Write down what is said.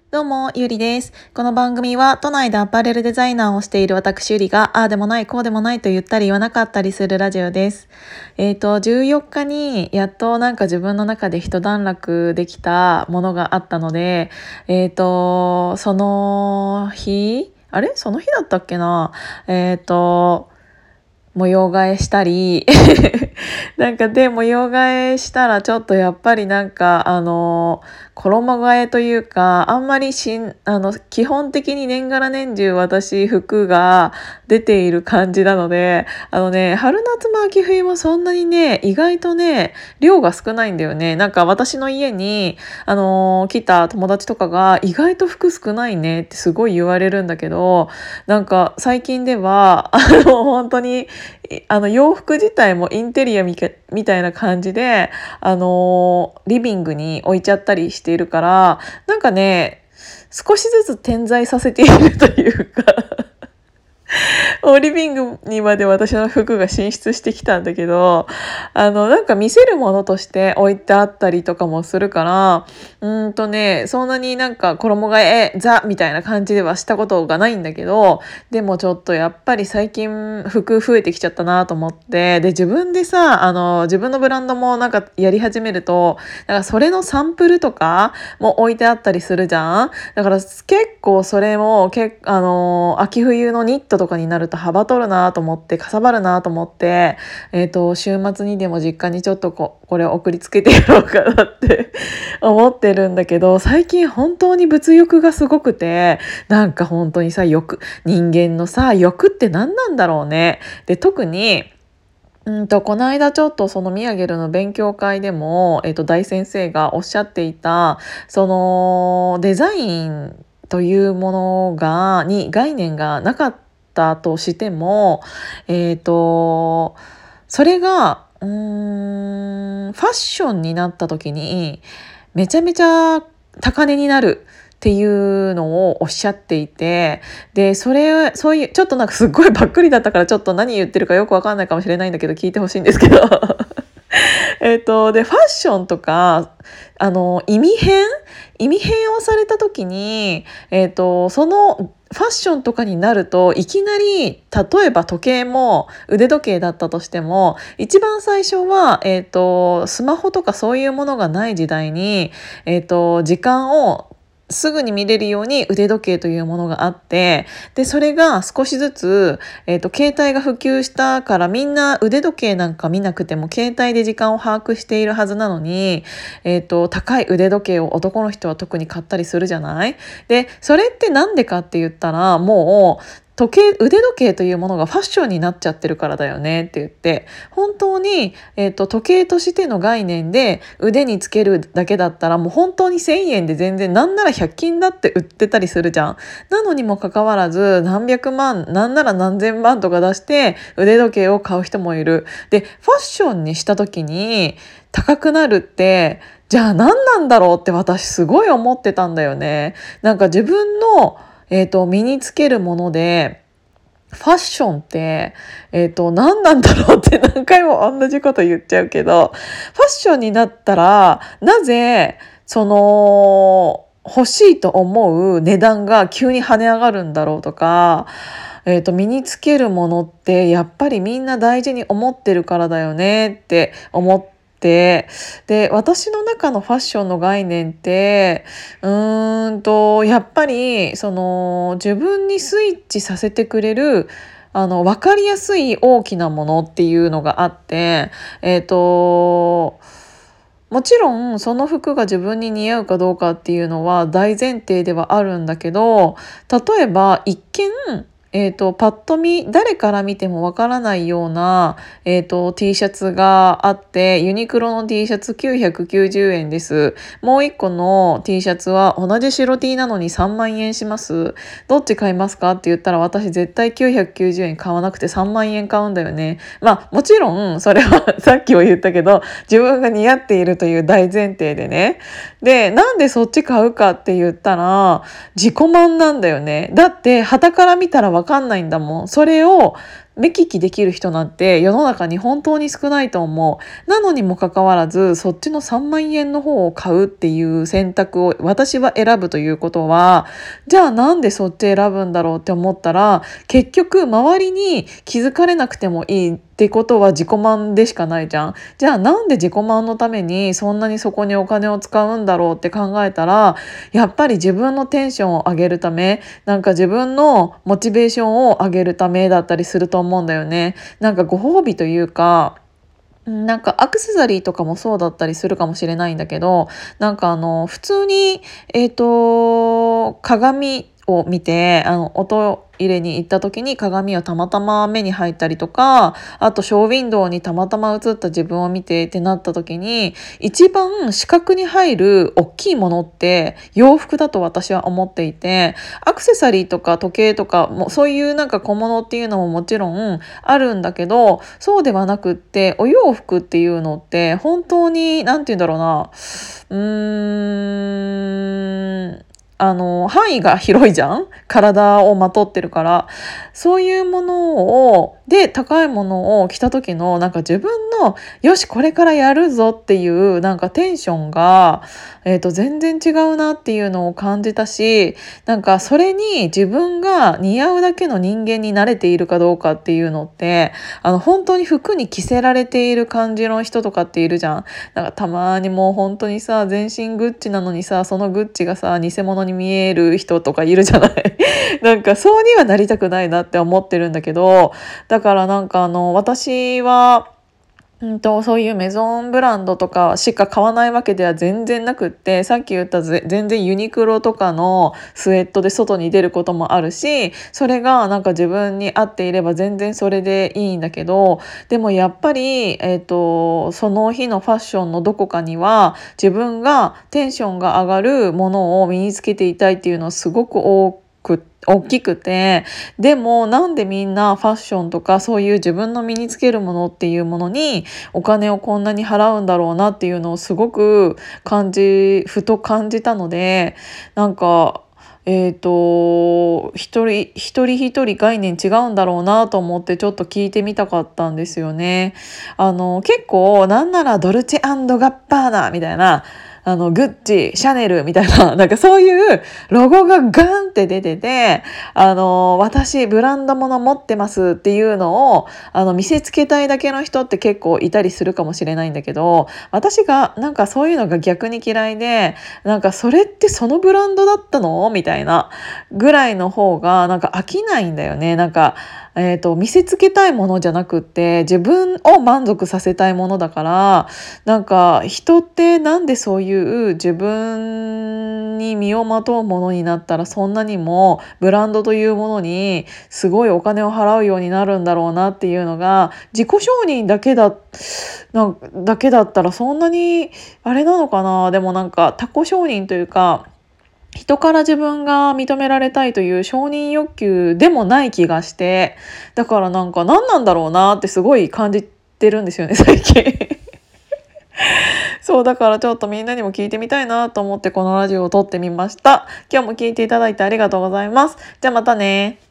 どうも、ゆりです。この番組は都内でアパレルデザイナーをしている私ゆりが、ああでもない、こうでもないと言ったり言わなかったりするラジオです。14日にやっと自分の中で一段落できたものがあったので、その日、その日だったっけな模様替えしたりで模様替えしたらちょっとやっぱり衣替えというか、あんまり基本的に年がら年中私服が出ている感じなので、春夏も秋冬もそんなにね、意外とね、量が少ないんだよね。私の家に、来た友達とかが意外と服少ないねってすごい言われるんだけど、最近では、本当に、洋服自体もインテリアみたいな感じで、リビングに置いちゃったりしているから、少しずつ点在させているというかリビングにまで私の服が進出してきたんだけど、見せるものとして置いてあったりとかもするから、そんなに衣替えザみたいな感じではしたことがないんだけど、でもちょっとやっぱり最近服増えてきちゃったなと思って、で、自分でさ、自分のブランドもやり始めると、それのサンプルとかも置いてあったりするじゃん。だから結構それも秋冬のニットとかになると幅取るなと思って、かさばるなと思って、週末にでも実家にちょっとこれを送りつけてやろうかなって思ってるんだけど、最近本当に物欲がすごくて、本当にさ、人間のさ、欲って何なんだろうね。で、特にこの間ちょっとそのミヤゲルの勉強会でも、大先生がおっしゃっていた、そのデザインというものに概念がなかったとしても、それがファッションになった時にめちゃめちゃ高値になるっていうのをおっしゃっていて、でそういうちょっとすっごいばっくりだったから、ちょっと何言ってるかよくわかんないかもしれないんだけど聞いてほしいんですけどでファッションとか意味変をされた時に、そのファッションとかになると、いきなり例えば時計も腕時計だったとしても、一番最初は、スマホとかそういうものがない時代に、時間をすぐに見れるように腕時計というものがあって、でそれが少しずつ、携帯が普及したから、みんな腕時計なんか見なくても携帯で時間を把握しているはずなのに、高い腕時計を男の人は特に買ったりするじゃない。でそれってなんでかって言ったら、もう腕時計というものがファッションになっちゃってるからだよねって言って、本当に、時計としての概念で腕につけるだけだったら、もう本当に1,000円で全然、なんなら100均だって売ってたりするじゃん。なのにもかかわらず、何百万、なんなら何千万とか出して腕時計を買う人もいる。で、ファッションにした時に高くなるって、じゃあ何なんだろうって私すごい思ってたんだよね。自分の身につけるもので、ファッションって、何なんだろうって何回も同じこと言っちゃうけど、ファッションになったら、なぜ、欲しいと思う値段が急に跳ね上がるんだろうとか、身につけるものってやっぱりみんな大事に思ってるからだよねって思って、で私の中のファッションの概念ってやっぱり自分にスイッチさせてくれる分かりやすい大きなものっていうのがあって、もちろんその服が自分に似合うかどうかっていうのは大前提ではあるんだけど、例えば一見パッと見誰から見てもわからないような、T シャツがあって、ユニクロの T シャツ990円です。もう一個の T シャツは同じ白 T なのに3万円します。どっち買いますかって言ったら、私絶対990円買わなくて3万円買うんだよね。もちろんそれはさっきも言ったけど、自分が似合っているという大前提でね。で、なんでそっち買うかって言ったら、自己満なんだよね。だって旗から見たらわかんないんだもん。それを目利きできる人なんて世の中に本当に少ないと思う。なのにもかかわらずそっちの3万円の方を買うっていう選択を私は選ぶということは、じゃあなんでそっち選ぶんだろうって思ったら、結局周りに気づかれなくてもいいってことは自己満でしかないじゃん。じゃあなんで自己満のためにそんなにそこにお金を使うんだろうって考えたら、やっぱり自分のテンションを上げるため、なんか自分のモチベーションを上げるためだったりすると思うんだよね。なんかご褒美というか、なんかアクセサリーとかもそうだったりするかもしれないんだけど、なんか普通に鏡を見て音入れに行った時に鏡をたまたま目に入ったりとか、あとショーウィンドウにたまたま映った自分を見てってなった時に、一番視覚に入る大きいものって洋服だと私は思っていて、アクセサリーとか時計とかもそういうなんか小物っていうのももちろんあるんだけど、そうではなくってお洋服っていうのって本当になんて言うんだろうな、範囲が広いじゃん、体をまとってるから。そういうものをで高いものを着た時のなんか自分のよしこれからやるぞっていうなんかテンションが、全然違うなっていうのを感じたし、なんかそれに自分が似合うだけの人間に慣れているかどうかっていうのって、本当に服に着せられている感じの人とかっているじゃん。なんかたまにもう本当にさ、全身グッチなのにさ、そのグッチがさ偽物に見える人とかいるじゃないなんかそうにはなりたくないなって思ってるんだけど、だからなんか私はそういうメゾンブランドとかしか買わないわけでは全然なくって、さっき言った全然ユニクロとかのスウェットで外に出ることもあるし、それがなんか自分に合っていれば全然それでいいんだけど、でもやっぱり、その日のファッションのどこかには自分がテンションが上がるものを身につけていたいっていうのはすごく大きくて、でもなんでみんなファッションとかそういう自分の身につけるものっていうものにお金をこんなに払うんだろうなっていうのをすごくふと感じたので、なんか一人一人概念違うんだろうなと思ってちょっと聞いてみたかったんですよね。結構なんならドルチェ&ガッバーナみたいな、グッチ、シャネルみたいな、なんかそういうロゴがガンって出てて、私ブランド物持ってますっていうのを、見せつけたいだけの人って結構いたりするかもしれないんだけど、私がなんかそういうのが逆に嫌いで、なんかそれってそのブランドだったのみたいなぐらいの方がなんか飽きないんだよね。なんか見せつけたいものじゃなくって自分を満足させたいものだから、なんか人ってなんでそういう自分に身をまとうものになったらそんなにもブランドというものにすごいお金を払うようになるんだろうなっていうのが、自己承認だけだったらそんなにあれなのかな。でもなんか他己承認というか、人から自分が認められたいという承認欲求でもない気がして、だからなんか何なんだろうなってすごい感じてるんですよね、最近そうだからちょっとみんなにも聞いてみたいなと思ってこのラジオを撮ってみました。今日も聞いていただいてありがとうございます。じゃあまたね。